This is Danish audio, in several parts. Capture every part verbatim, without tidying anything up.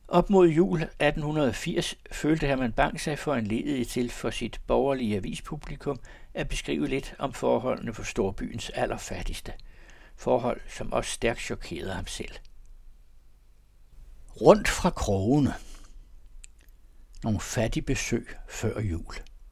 Op mod jul atten firs følte Herman Bang sig foranlediget til for sit borgerlige avispublikum at beskrive lidt om forholdene for storbyens allerfattigste. Forhold, som også stærkt chokerede ham selv. Rundt fra krogene. Nogle fattige besøg før jul.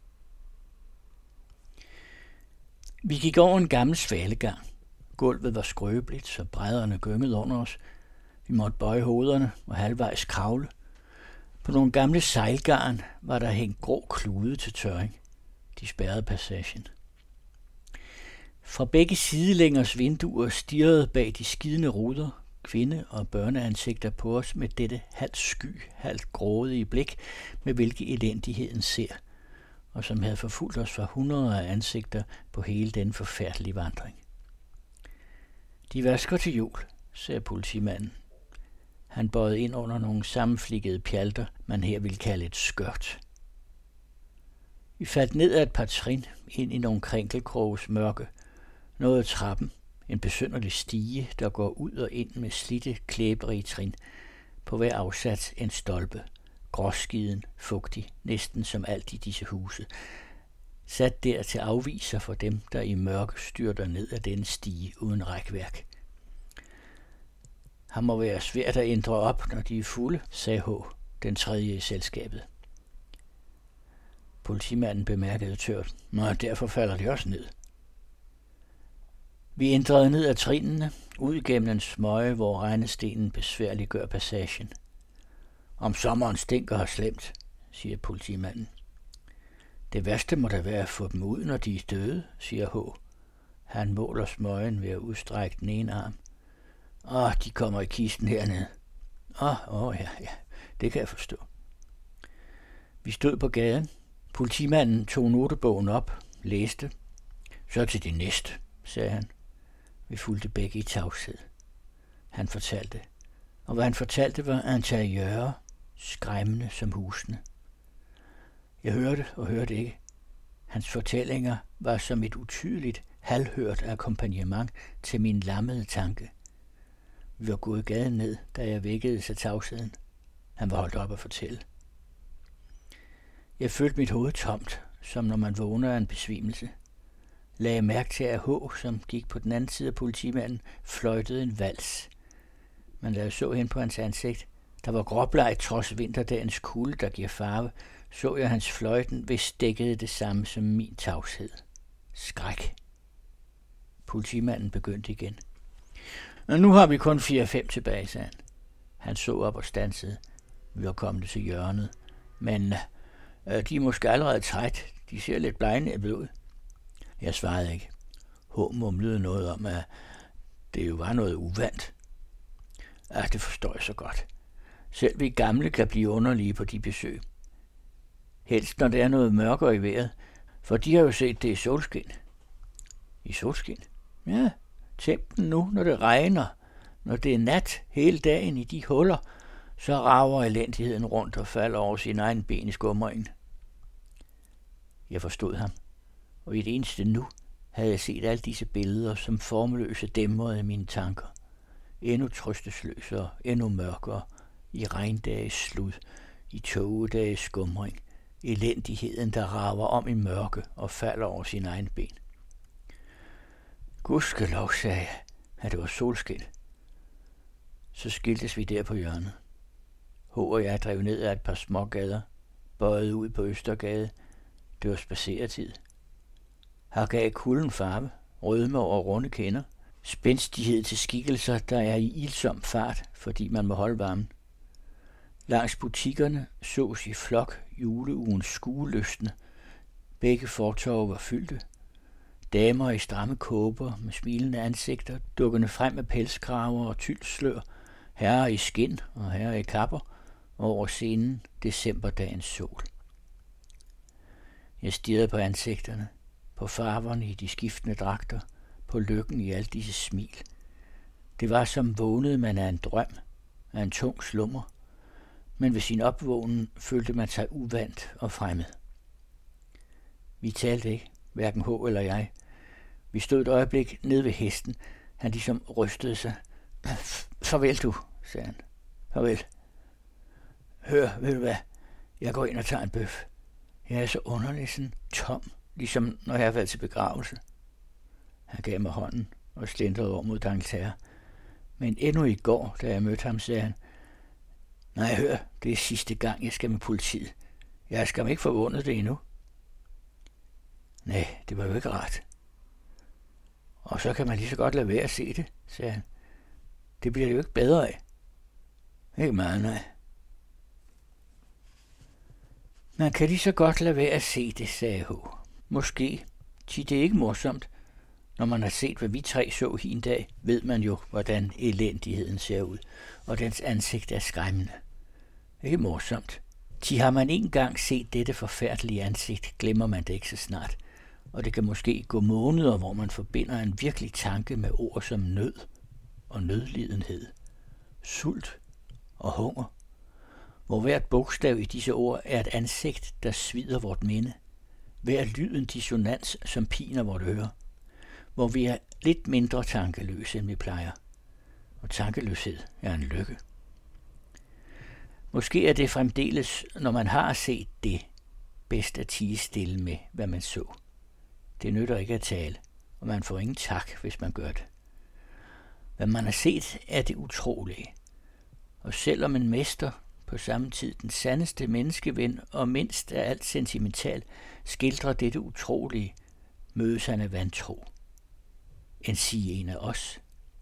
Vi gik over en gammel svalegang. Gulvet var skrøbeligt, så brædderne gyngede under os. Vi måtte bøje hovederne og halvvejs kravle. På nogle gamle sejlgarn var der hængt grå klude til tørring. De spærrede passagen. Fra begge sidelængers vinduer stirrede bag de skidende ruder kvinde- og børneansigter på os med dette halvt sky, halvt grådige blik, med hvilke elendigheden ser, og som havde forfulgt os fra hundreder af ansigter på hele den forfærdelige vandring. De vasker til jul, sagde politimanden. Han bøjede ind under nogle sammenflikkede pjalter, man her ville kalde et skørt. Vi faldt ned ad et par trin ind i nogle krænkelkroges mørke, nåede trappen, en besynderlig stige, der går ud og ind med slitte, klæberige trin, på hver afsat en stolpe, gråskiden, fugtig, næsten som alt i disse huse, sat der til afviser for dem, der i mørke styrter ned ad denne stige uden rækværk. Han må være svært at ændre op, når de er fulde, sagde H., den tredje i selskabet. Politimanden bemærkede tørt, nå, derfor falder de også ned. Vi ændrede ned ad trinene, ud gennem en smøge, hvor regnestenen besværligt gør passagen. Om sommeren stinker her slemt, siger politimanden. Det værste må da være at få dem ud, når de er døde, siger H. Han måler smøgen ved at udstrække den ene arm. Åh, de kommer i kisten hernede. Åh, åh, ja, ja, det kan jeg forstå. Vi stod på gaden. Politimanden tog notebogen op, læste. Så til det næste, sagde han. Vi fulgte begge i tavshed. Han fortalte, og hvad han fortalte var interiører, skræmmende som husene. Jeg hørte og hørte ikke. Hans fortællinger var som et utydeligt, halvhørt akkompagnement til min lammede tanke. Vi var gået gaden ned, da jeg vækkede sig tavsheden. Han var holdt op at fortælle. Jeg følte mit hoved tomt, som når man vågner af en besvimelse. Lagde mærke til, at H., som gik på den anden side af politimanden, fløjtede en vals. Men da jeg så hen på hans ansigt, der var gråbleget trods vinterdagens kulde, der giver farve, så jeg hans fløjten, hvis dækkede det samme som min tavshed. Skræk. Politimanden begyndte igen. Og nu har vi kun fire fem tilbage, sagde han. Han så op og stansede. Vi var kommet til hjørnet. Men øh, de er måske allerede træt. De ser lidt blegnæbbet ud. Jeg svarede ikke. H. mumlede noget om, at det jo var noget uvandt. Ja, det forstår jeg så godt. Selv vi gamle kan blive underlige på de besøg. Helst når der er noget mørkere i vejret, for de har jo set det i solskin. I solskin? Ja, tænk den nu, når det regner. Når det er nat hele dagen i de huller, så rager elendigheden rundt og falder over sin egen ben i skumringen. Jeg forstod ham, og i det eneste nu havde jeg set alle disse billeder, som formløse dæmrede mine tanker. Endnu trøstesløse og endnu mørkere, i regndages slud, i tågedages skumring, elendigheden, der rager om i mørke og falder over sin egen ben. Gudskelov, sagde jeg, at det var solskin. Så skiltes vi der på hjørnet. H. og jeg drev ned ad et par smågader, bøjet ud på Østergade. Det var spadseretid. Her gav kulden farve, rødme over runde kinder, spændstighed til skikkelser, der er i ildsom fart, fordi man må holde varmen. Langs butikkerne sås i flok juleugens skuelystne. Begge fortove var fyldte. Damer i stramme kåber med smilende ansigter, dukkende frem med pelskraver og tyldslør, herrer i skind og herrer i kapper, og over scenen decemberdagens sol. Jeg stirrede på ansigterne, på farverne i de skiftende dragter, på lykken i alle disse smil. Det var som vågnede man af en drøm, af en tung slummer, men ved sin opvågnen følte man sig uvant og fremmed. Vi talte ikke, hverken H. eller jeg. Vi stod et øjeblik ned ved hesten. Han ligesom rystede sig. Farvel du, sagde han. Farvel. Hør, ved du hvad? Jeg går ind og tager en bøf. Jeg er så underlig sådan tom, ligesom når jeg har været til begravelse. Han gav mig hånden og slendrede over mod D'Angleterre. Men endnu i går, da jeg mødte ham, sagde han, nej, hør, det er sidste gang, jeg skal med politiet. Jeg skal ikke forvundet det endnu. Nej, det var jo ikke rart. Og så kan man lige så godt lade være at se det, sagde han. Det bliver det jo ikke bedre af. Ikke meget, nej. Man kan lige så godt lade være at se det, sagde H. Måske, til det er ikke morsomt. Når man har set, hvad vi tre så hin dag, ved man jo, hvordan elendigheden ser ud, og dens ansigt er skræmmende. Ikke morsomt. Til har man engang set dette forfærdelige ansigt, glemmer man det ikke så snart. Og det kan måske gå måneder, hvor man forbinder en virkelig tanke med ord som nød og nødlidenhed, sult og hunger, hvor hvert bogstav i disse ord er et ansigt, der svider vort minde, hver lyd en dissonans, som piner vort øre, hvor vi er lidt mindre tankeløse, end vi plejer. Og tankeløshed er en lykke. Måske er det fremdeles, når man har set det, bedst at tie stille med, hvad man så. Det nytter ikke at tale, og man får ingen tak, hvis man gør det. Hvad man har set, er det utrolige. Og selvom en mester, på samme tid den sandeste menneskeven og mindst af alt sentimental, skildrer dette utrolige, mødes han af vantro. En sige en af os.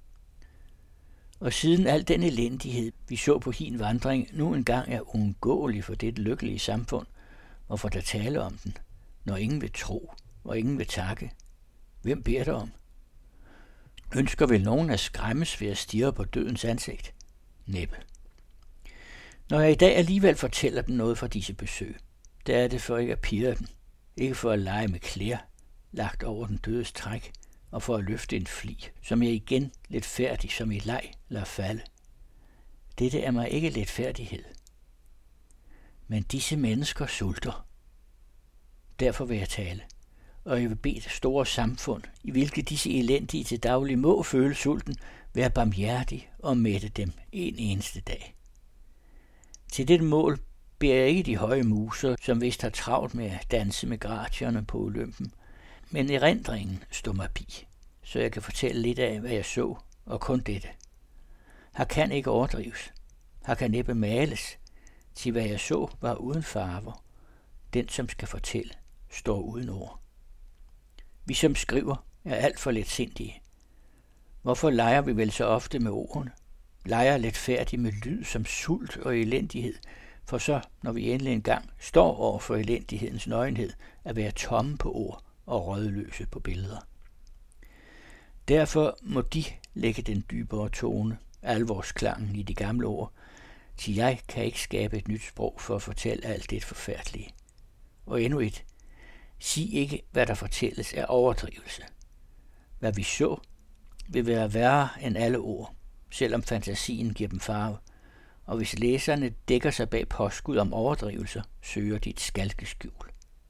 Og siden al den elendighed, vi så på hin vandring, nu engang er uundgåelig for dette lykkelige samfund, hvorfor der tale om den, når ingen vil tro, og ingen vil takke. Hvem beder det om? Ønsker vel nogen at skræmmes ved at stirre på dødens ansigt? Næppe. Når jeg i dag alligevel fortæller dem noget fra disse besøg, der er det for ikke at pirre dem, ikke for at lege med klæder, lagt over den dødes træk, og for at løfte en fli, som jeg igen lidt færdig som i leg lader falde. Dette er mig ikke lidt færdighed. Men disse mennesker sulter. Derfor vil jeg tale, og jeg vil bede det store samfund, i hvilket disse elendige til daglig må føle sulten, være barmhjertig og mætte dem en eneste dag. Til dette mål beder jeg ikke de høje muser, som vist har travlt med at danse med gratierne på Olympen, men erindringen står mig bi, så jeg kan fortælle lidt af, hvad jeg så, og kun dette. Her kan ikke overdrives. Her kan næppe males, til hvad jeg så var uden farver. Den, som skal fortælle, står uden ord. Vi, som skriver, er alt for letsindige. Hvorfor leger vi vel så ofte med ordene? Leger let færdig med lyd som sult og elendighed, for så, når vi endelig engang står over for elendighedens nøgenhed, at være tomme på ord og rødløse på billeder. Derfor må de lægge den dybere tone, alvorsklangen i de gamle ord, til jeg kan ikke skabe et nyt sprog for at fortælle alt det forfærdelige. Og endnu et. Sig ikke, hvad der fortælles er overdrivelse. Hvad vi så, vil være værre end alle ord, selvom fantasien giver dem farve, og hvis læserne dækker sig bag påskud om overdrivelser, søger de et skalkeskjul.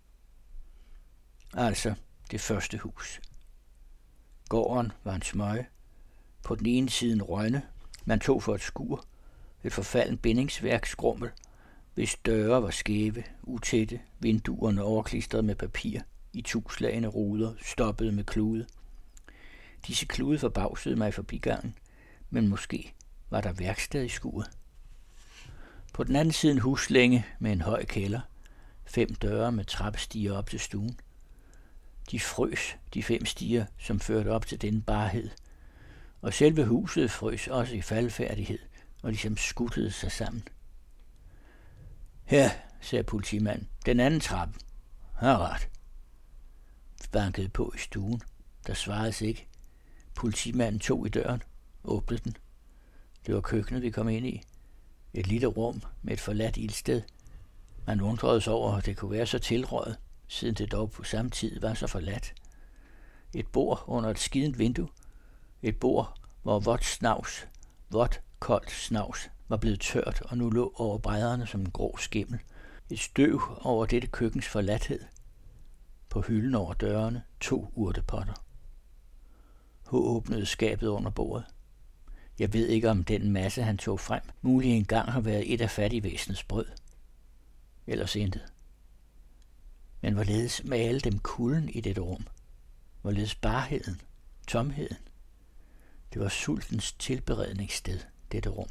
Altså det første hus. Gården var en smøge. På den ene side en rønne, man tog for et skur, et forfalden bindingsværksskrummel, hvis døre var skæve, utætte, vinduerne overklistret med papir, i tuslagende ruder, stoppet med klude. Disse klude forbavsede mig i forbigangen, men måske var der værksted i skuret. På den anden side en huslænge med en høj kælder, fem døre med trappestiger op til stuen. De frøs, de fem stiger, som førte op til denne barhed, og selve huset frøs også i faldfærdighed, og ligesom skuttede sig sammen. Her, sagde politimanden, den anden trappe. Har ret. Vi bankede på i stuen. Der svaredes ikke. Politimanden tog i døren, åbnede den. Det var køkkenet, vi kom ind i. Et lille rum med et forladt ildsted. Man undrede sig over, at det kunne være så tilrøget, siden det dog på samme tid var så forladt. Et bord under et skident vindue. Et bord, hvor vådt snavs, vådt koldt snavs, var blevet tørt og nu lå over brædderne som en grå skimmel. Et støv over dette køkkens forladthed. På hylden over dørene to urtepotter. H åbnede skabet under bordet. Jeg ved ikke, om den masse, han tog frem, muligt engang har været et af fattigvæsenets brød. Ellers intet. Men hvorledes male dem kulden i dette rum? Hvorledes barheden, tomheden? Det var sultens tilberedningssted, dette rum.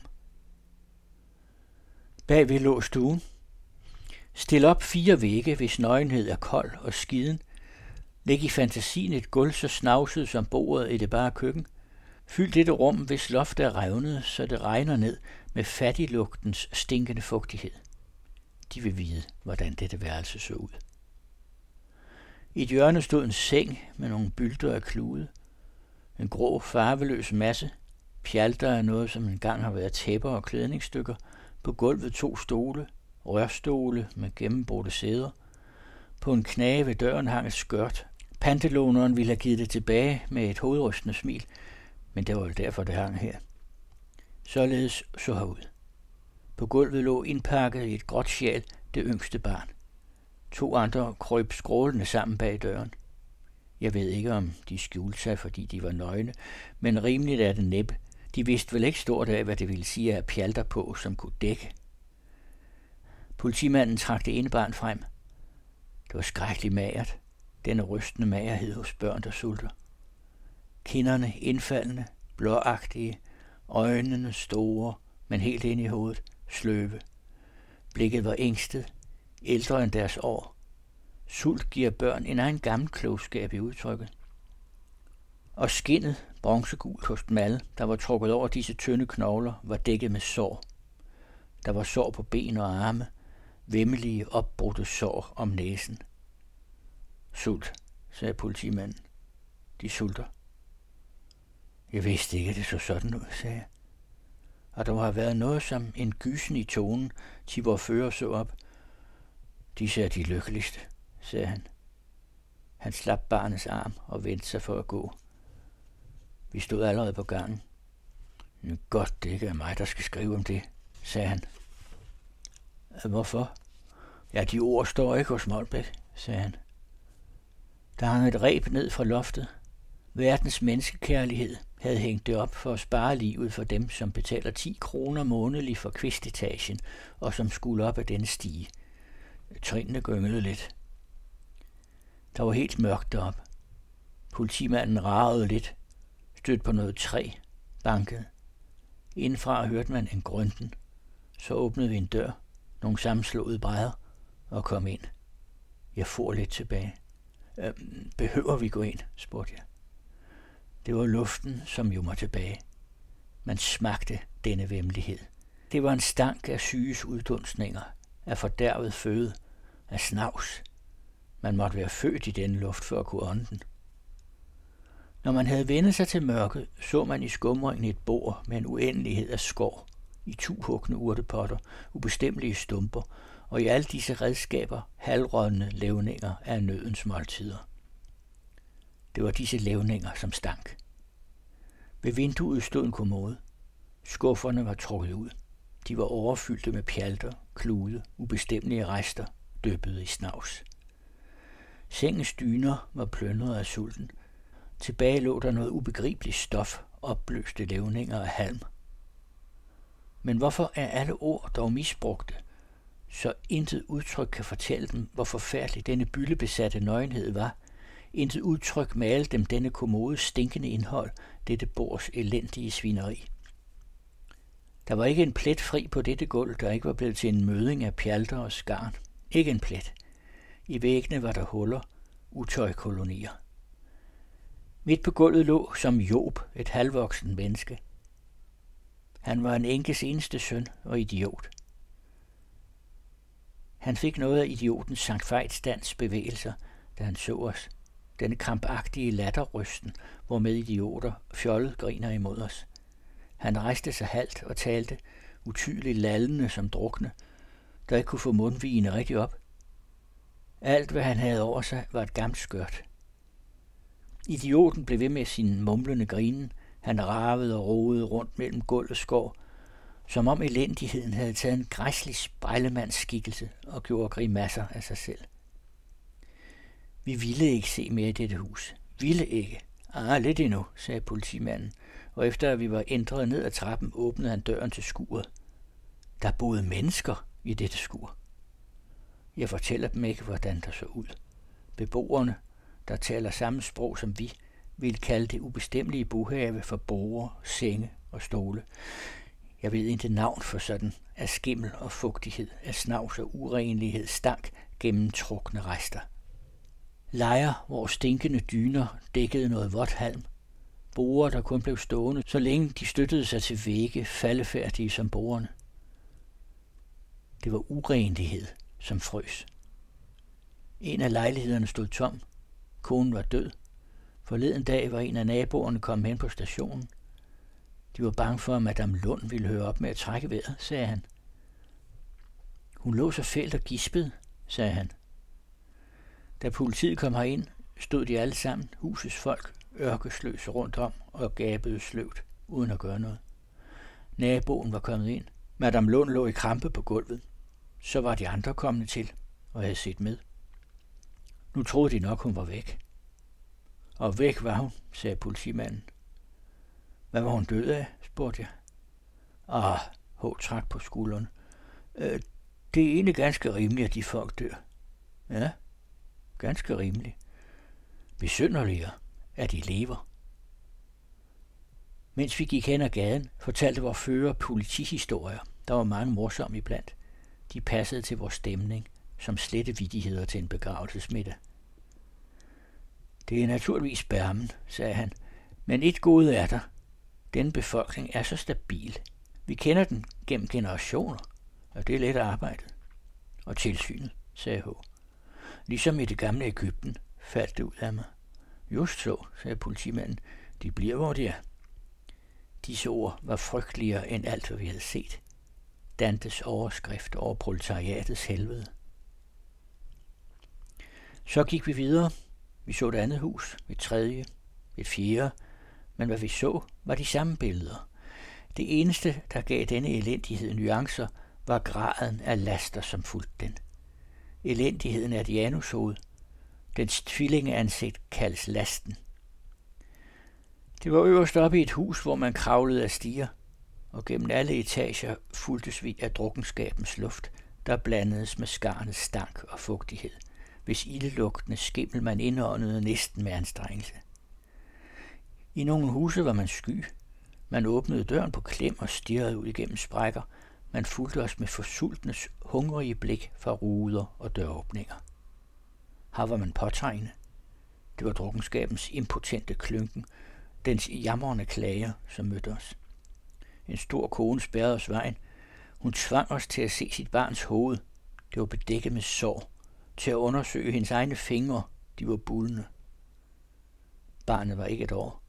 Bagved lå stuen. Stil op fire vægge, hvis nøgenhed er kold og skiden. Læg i fantasien et gulv så snavset som bordet i det bare køkken. Fyld dette rum, hvis loft er revnet, så det regner ned med fattiglugtens stinkende fugtighed. De vil vide, hvordan dette værelse så ud. I et hjørne stod en seng med nogle bylter af klude. En grå, farveløs masse. Pjalter af noget, som engang har været tæpper og klædningsstykker. På gulvet to stole, rørstole med gennembrudte sæder. På en knage ved døren hang et skørt. Pantelåneren ville have givet det tilbage med et hovedrystende smil, men det var jo derfor, det hang her. Således så herud. På gulvet lå indpakket i et gråt sjal det yngste barn. To andre krøb skrålende sammen bag døren. Jeg ved ikke, om de skjulte sig, fordi de var nøgne, men rimeligt er det næppe. De vidste vel ikke stort af, hvad det ville sige at have pjalter på, som kunne dække. Politimanden trak det ene barn frem. Det var skrækkeligt magert. Denne rystende magerhed hos børn, der sulter. Kinderne indfaldende, blåagtige, øjnene store, men helt ind i hovedet, sløve. Blikket var ængstet, ældre end deres år. Sult giver børn en egen gammel klogskab i udtrykket. Og skindet, bronzegult hos dem alle, der var trukket over disse tynde knogler, var dækket med sår. Der var sår på ben og arme, vemmelige, opbrudte sår om næsen. Sult, sagde politimanden. De sulter. Jeg vidste ikke, at det så sådan ud, sagde jeg. Og der har været noget som en gysen i tonen, til vor fører så op. Disse er de lykkeligste, sagde han. Han slap barnets arm og vendte sig for at gå. Vi stod allerede på gangen. Godt, det ikke er mig, der skal skrive om det, sagde han. Hvorfor? Ja, de ord står ikke hos Molbæk, sagde han. Der hang et reb ned fra loftet. Verdens menneskekærlighed havde hængt det op for at spare livet for dem, som betaler ti kroner månedligt for kvistetagen, og som skulle op ad denne stige. Trinene gynglede lidt. Der var helt mørkt derop. Politimanden ragede lidt, stødte på noget træ, bankede. Indenfra hørte man en grønten. Så åbnede vi en dør, nogle sammenslåede brædder, og kom ind. Jeg for lidt tilbage. Øh, behøver vi gå ind, spurgte jeg. Det var luften, som jo mig tilbage. Man smagte denne væmmelighed. Det var en stank af syges uddunstninger, af fordærvet føde, af snavs. Man måtte være født i denne luft for at kunne ånde den. Når man havde vendt sig til mørket, så man i skumringen et bord med en uendelighed af skår, i tuhugne urtepotter, ubestemmelige stumper, og i alle disse redskaber halvrådne levninger af nødens måltider. Det var disse levninger, som stank. Ved vinduet stod en kommode. Skufferne var trukket ud. De var overfyldte med pjalter, klude, ubestemmelige rester, dyppet i snavs. Sengens dyner var plyndret af sulten. Tilbage lå der noget ubegribeligt stof, opløste levninger af halm. Men hvorfor er alle ord dog misbrugte, så intet udtryk kan fortælle dem, hvor forfærdelig denne byllebesatte nøgenhed var? Intet udtryk malte dem denne kommodes stinkende indhold, dette bords elendige svineri. Der var ikke en plet fri på dette gulv, der ikke var blevet til en møding af pjalter og skarn. Ikke en plet. I væggene var der huller, utøjkolonier. Midt på gulvet lå som Job et halvvoksen menneske. Han var en enkes eneste søn og idiot. Han fik noget af idiotens Sankt Fejtstands bevægelser, da han så os. Denne krampagtige latterrysten, hvormed idioter fjollet griner imod os. Han rejste sig halvt og talte, utydeligt lallende som drukne, der ikke kunne få mundvigene rigtig op. Alt, hvad han havde over sig, var et gammelt skørt. Idioten blev ved med sin mumlende grinen. Han ravede og roede rundt mellem gulv og skår, som om elendigheden havde taget en græslig spejlemandsskikkelse og gjorde grimasser af sig selv. Vi ville ikke se mere i dette hus. Ville ikke. Ah, lidt endnu, sagde politimanden, og efter at vi var ændret ned ad trappen, åbnede han døren til skuret. Der boede mennesker i dette skur. Jeg fortæller dem ikke, hvordan der så ud. Beboerne, der taler samme sprog som vi, vil kalde det ubestemmelige bohave for borde, senge og stole. Jeg ved ikke navn for sådan af skimmel og fugtighed, af snavs og urenlighed stank gennem trukne rester. Lejer, hvor stinkende dyner dækkede noget vådt halm. Borde, der kun blev stående, så længe de støttede sig til vægge, faldefærdige som borderne. Det var urenlighed, som frøs. En af lejlighederne stod tom. Konen var død. Forleden dag var en af naboerne kommet hen på stationen. De var bange for, at Madame Lund ville høre op med at trække vejret, sagde han. Hun lå så fælt og gispede, sagde han. Da politiet kom herind, stod de alle sammen, husets folk, ørkesløse rundt om og gabede sløvt, uden at gøre noget. Naboen var kommet ind. Madame Lund lå i krampe på gulvet. Så var de andre kommet til og havde set med. Nu troede de nok, hun var væk. Og væk var hun, sagde politimanden. Hvad var hun død af, spurgte jeg. Ah, H. trak på skuldrene. Øh, det er egentlig ganske rimeligt, at de folk dør. Ja, ganske rimeligt. Besynderligere, at de lever. Mens vi gik hen ad gaden, fortalte vores fører politihistorier. Der var mange morsomme iblandt. De passede til vores stemning, som slette vittigheder til en begravelsesmiddag. Det er naturligvis bærmen, sagde han, men et gode er der. Denne befolkning er så stabil. Vi kender den gennem generationer, og det er let arbejde. Og tilsynet, sagde H. Ligesom i det gamle Egypten, faldt det ud af mig. Just så, sagde politimanden, de bliver, hvor de er. Disse ord var frygteligere end alt, hvad vi havde set. Dantes overskrift over proletariatets helvede. Så gik vi videre. Vi så et andet hus, et tredje, et fjerde, men hvad vi så, var de samme billeder. Det eneste, der gav denne elendighed nuancer, var graden af laster, som fulgte den. Elendigheden er Dianos hoved. Dens tvillingeansigt kaldes lasten. Det var øverst oppe i et hus, hvor man kravlede af stiger, og gennem alle etager fulgtes vi af drukkenskabens luft, der blandedes med skarnets stank og fugtighed, hvis ildelugtende skimmel man indåndede næsten med anstrengelse. I nogle huse var man sky. Man åbnede døren på klem og stirrede ud igennem sprækker. Man fulgte os med forsultnes hungrige blik fra ruder og døråbninger. Her var man påtrængende. Det var drukkenskabens impotente klynken, dens jamrende klager, som mødte os. En stor kone spærrede os vejen. Hun tvang os til at se sit barns hoved. Det var bedækket med sår. Til at undersøge hendes egne fingre. De var buldende. Barnet var ikke et år.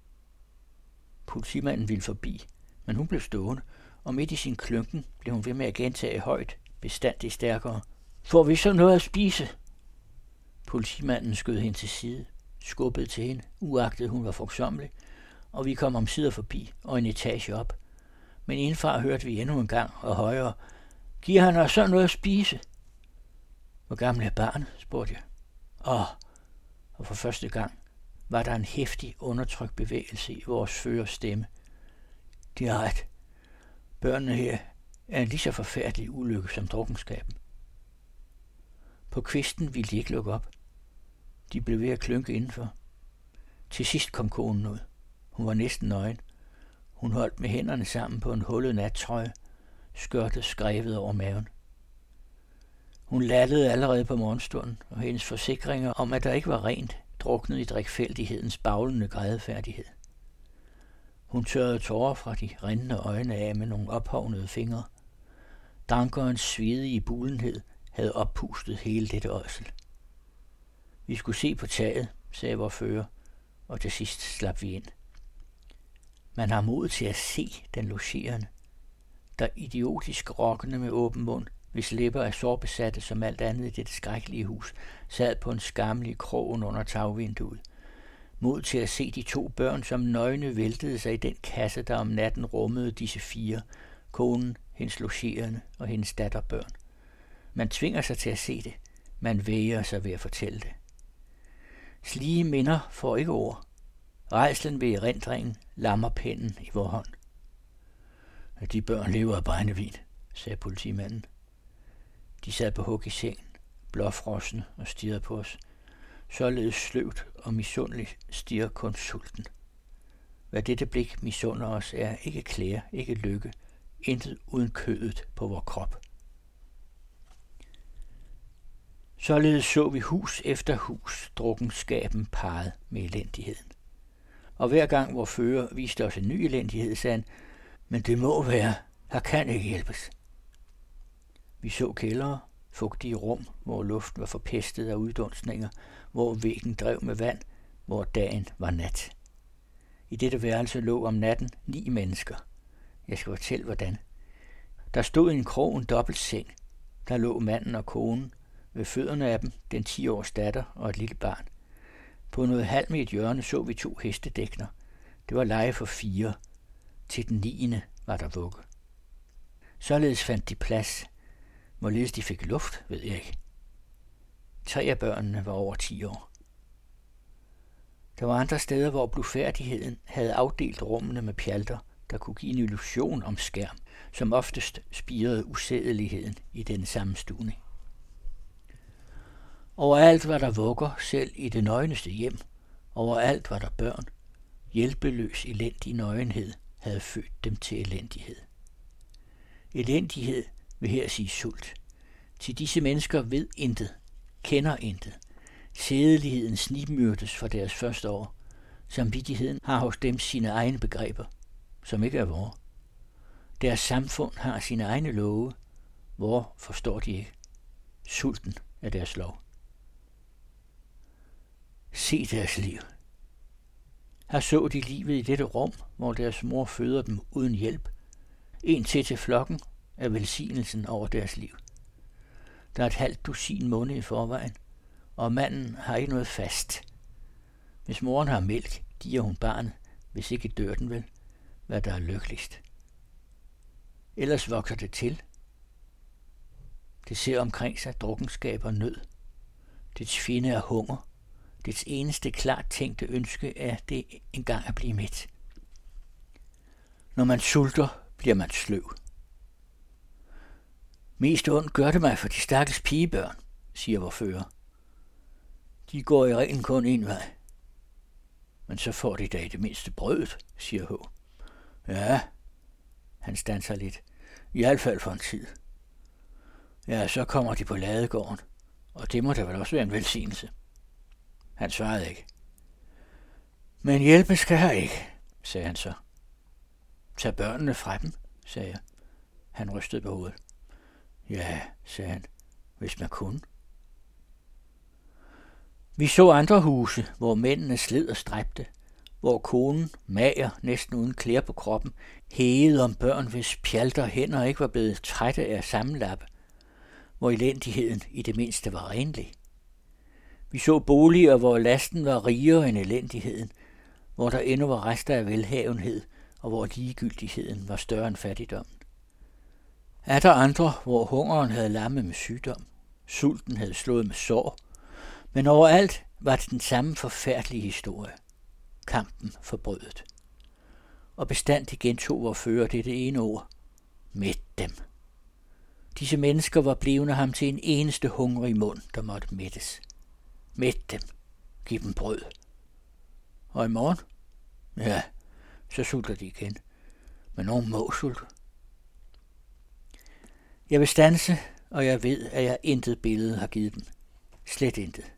Politimanden ville forbi, men hun blev stående, og midt i sin klynken blev hun ved med at gentage højt, bestandigt stærkere. Får vi så noget at spise? Politimanden skød hende til side, skubbede til hende, uagtet hun var frugtsommelig, og vi kom omsider forbi og en etage op. Men indenfra hørte vi endnu en gang og højere. Giver han os så noget at spise? Hvor gammel er barnet? Spurgte jeg. Åh, og for første gang var der en heftig undertrykt bevægelse i vores førers stemme. De har ret. Børnene her er en lige så forfærdelig ulykke som drukkenskaben. På kvisten ville de ikke lukke op. De blev ved at klynke indenfor. Til sidst kom konen ud. Hun var næsten nøgen. Hun holdt med hænderne sammen på en hullet nattrøje, skørtet skrevet over maven. Hun lallede allerede på morgenstunden, og hendes forsikringer om, at der ikke var rent, druknede i drikfældighedens baglende grædefærdighed. Hun tørrede tårer fra de rindende øjne af med nogle ophovnede fingre. Dankerens svedige bulenhed havde oppustet hele dette ådsel. Vi skulle se på taget, sagde vor fører, og til sidst slap vi ind. Man har mod til at se den logerende, der idiotisk rokkende med åben mund, hvis læber er sårbesatte som alt andet i dette skrækkelige hus, sad på en skamlig krogen under tagvinduet. Mod til at se de to børn, som nøgne væltede sig i den kasse, der om natten rummede disse fire, konen, hendes logerende og hendes datterbørn. Man tvinger sig til at se det. Man væger sig ved at fortælle det. Slige minder får ikke ord. Rædslen ved erindringen lammer pennen i vor hånd. De børn lever af brændevin, sagde politimanden. De sad på hug i sengen, blåfrosne og stirrede på os. Således sløvt og misundeligt stirrer kun sulten. Hvad dette blik misunder os er ikke klæder, ikke lykke, intet uden kødet på vor krop. Således så vi hus efter hus drukkenskaben parret med elendigheden. Og hver gang vor fører viste os en ny elendighed, sagde han, men det må være, her kan ikke hjælpes. Vi så kældre, fugtige rum, hvor luften var forpestet af uddunstninger, hvor væggen drev med vand, hvor dagen var nat. I dette værelse lå om natten ni mennesker. Jeg skal fortælle, hvordan. Der stod i en krog en dobbelt seng. Der lå manden og konen. Ved fødderne af dem den ti års datter og et lille barn. På noget halm i et hjørne så vi to hestedækner. Det var leje for fire. Til den niende var der vugge. Således fandt de plads. Hvorledes de fik luft, ved jeg ikke. Tre af børnene var over ti år. Der var andre steder, hvor blufærdigheden havde afdelt rummene med pjalter, der kunne give en illusion om skærm, som oftest spirede usædeligheden i denne sammenstuvning. Overalt var der vugger, selv i det nøgeneste hjem. Overalt var der børn. Hjælpeløs elendig nøgenhed havde født dem til elendighed. Elendighed vil her sige sult. Til disse mennesker ved intet, kender intet. Sædeligheden snigmyrdes for deres første år. Samvittigheden har hos dem sine egne begreber, som ikke er vore. Deres samfund har sine egne love, hvor forstår de ikke. Sulten er deres lov. Se deres liv. Her så de livet i dette rum, hvor deres mor føder dem uden hjælp. En til til flokken er velsignelsen over deres liv. Der er et halvt dusin munde i forvejen, og manden har ikke noget fast. Hvis moren har mælk, giver hun barnet, hvis ikke dør den vel, hvad der er lykkeligst. Ellers vokser det til. Det ser omkring sig drukkenskab og nød. Dets fjende er hunger. Dets eneste klart tænkte ønske er det engang at blive mæt. Når man sulter, bliver man sløv. Mest ondt gør det mig for de stakkels pigebørn, siger vor fører. De går i reglen kun en vej. Men så får de da i det mindste brødet, siger H. Ja, han standser lidt. I hvert fald for en tid. Ja, så kommer de på ladegården, og det må da vel også være en velsignelse. Han svarede ikke. Men hjælpe skal her ikke, sagde han så. Tag børnene fra dem, sagde jeg. Han rystede på hovedet. Ja, sagde han, hvis man kunne. Vi så andre huse, hvor mændene sled og stræbte, hvor konen, mager, næsten uden klæder på kroppen, hægede om børn, hvis pjalter hænder ikke var blevet trætte af at sammenlappe, hvor elendigheden i det mindste var renlig. Vi så boliger, hvor lasten var rigere end elendigheden, hvor der endnu var rester af velhavenhed, og hvor ligegyldigheden var større end fattigdommen. Er der andre, hvor hungeren havde lammet med sygdom, sulten havde slået med sår, men overalt var det den samme forfærdelige historie. Kampen for brødet. Og bestandigt gentog vor fører dette ene ord. Mæt dem. Disse mennesker var blevne ham til en eneste hungrig mund, der måtte mættes. Mæt dem. Giv dem brød. Og i morgen? Ja, så sulter de igen. Men nogen må sulte. Jeg vil standse, og jeg ved, at jeg intet billede har givet dem. Slet intet.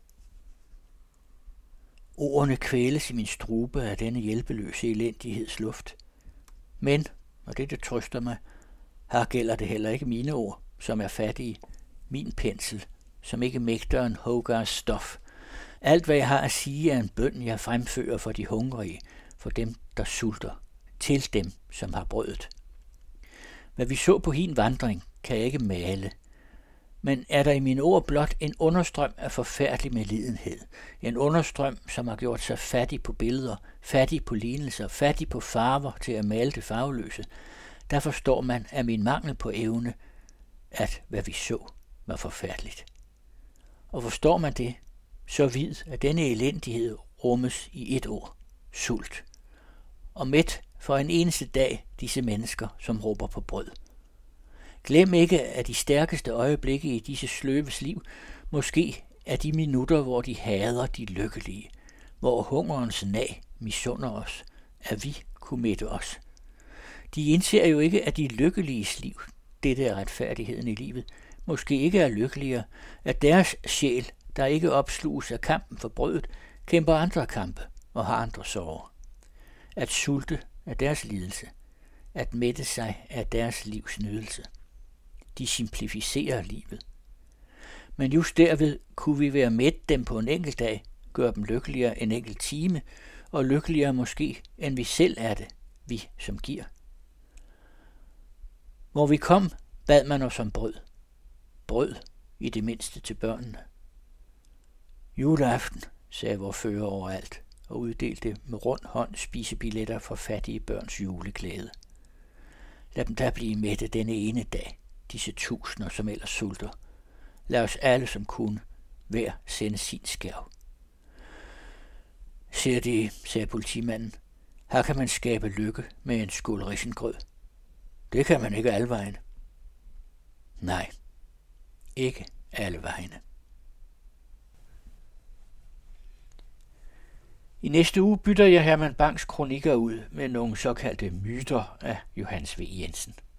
Ordene kvæles i min strube af denne hjælpeløse elendighedsluft. Men, og det, det trøster mig, her gælder det heller ikke mine ord, som er fattige, min pensel, som ikke mægter en Hogars stof. Alt, hvad jeg har at sige, er en bøn, jeg fremfører for de hungrige, for dem, der sulter, til dem, som har brødet. Hvad vi så på hin vandring, kan jeg ikke male. Men er der i mine ord blot en understrøm af forfærdelig medlidenhed. En understrøm, som har gjort sig fattig på billeder, fattig på lignelser, fattig på farver til at male det farveløse. Der forstår man af min mangel på evne, at hvad vi så var forfærdeligt. Og forstår man det, så vid, at denne elendighed rummes i et ord. sult. Og mæt for en eneste dag disse mennesker, som råber på brød. Glem ikke, at de stærkeste øjeblikke i disse sløves liv måske er de minutter, hvor de hader de lykkelige, hvor hungerens nag misunder os, at vi kunne mætte os. De indser jo ikke, at de lykkeliges liv, dette er retfærdigheden i livet, måske ikke er lykkeligere, at deres sjæl, der ikke opsluges af kampen for brødet, kæmper andre kampe og har andre sorger. At sulte er deres lidelse, at mætte sig er deres livs nydelse. De simplificerer livet. Men just derved kunne vi være mætte dem på en enkelt dag, gøre dem lykkeligere en enkelt time, og lykkeligere måske, end vi selv er det, vi som giver. Hvor vi kom, bad man os om brød. Brød, i det mindste til børnene. Juleaften, sagde vor fører overalt, og uddelte med rund hånd spisebilletter for fattige børns juleglæde. Lad dem da blive mætte denne ene dag, disse tusinder, som ellers sulter. Lad os alle, som kunne, hver sende sin skærv. Ser det, sagde politimanden, her kan man skabe lykke med en skål risengrød. Det kan man ikke alle vegne. Nej, ikke alle vegne. I næste uge bytter jeg Herman Bangs kronikker ud med nogle såkaldte myter af Johannes V. Jensen.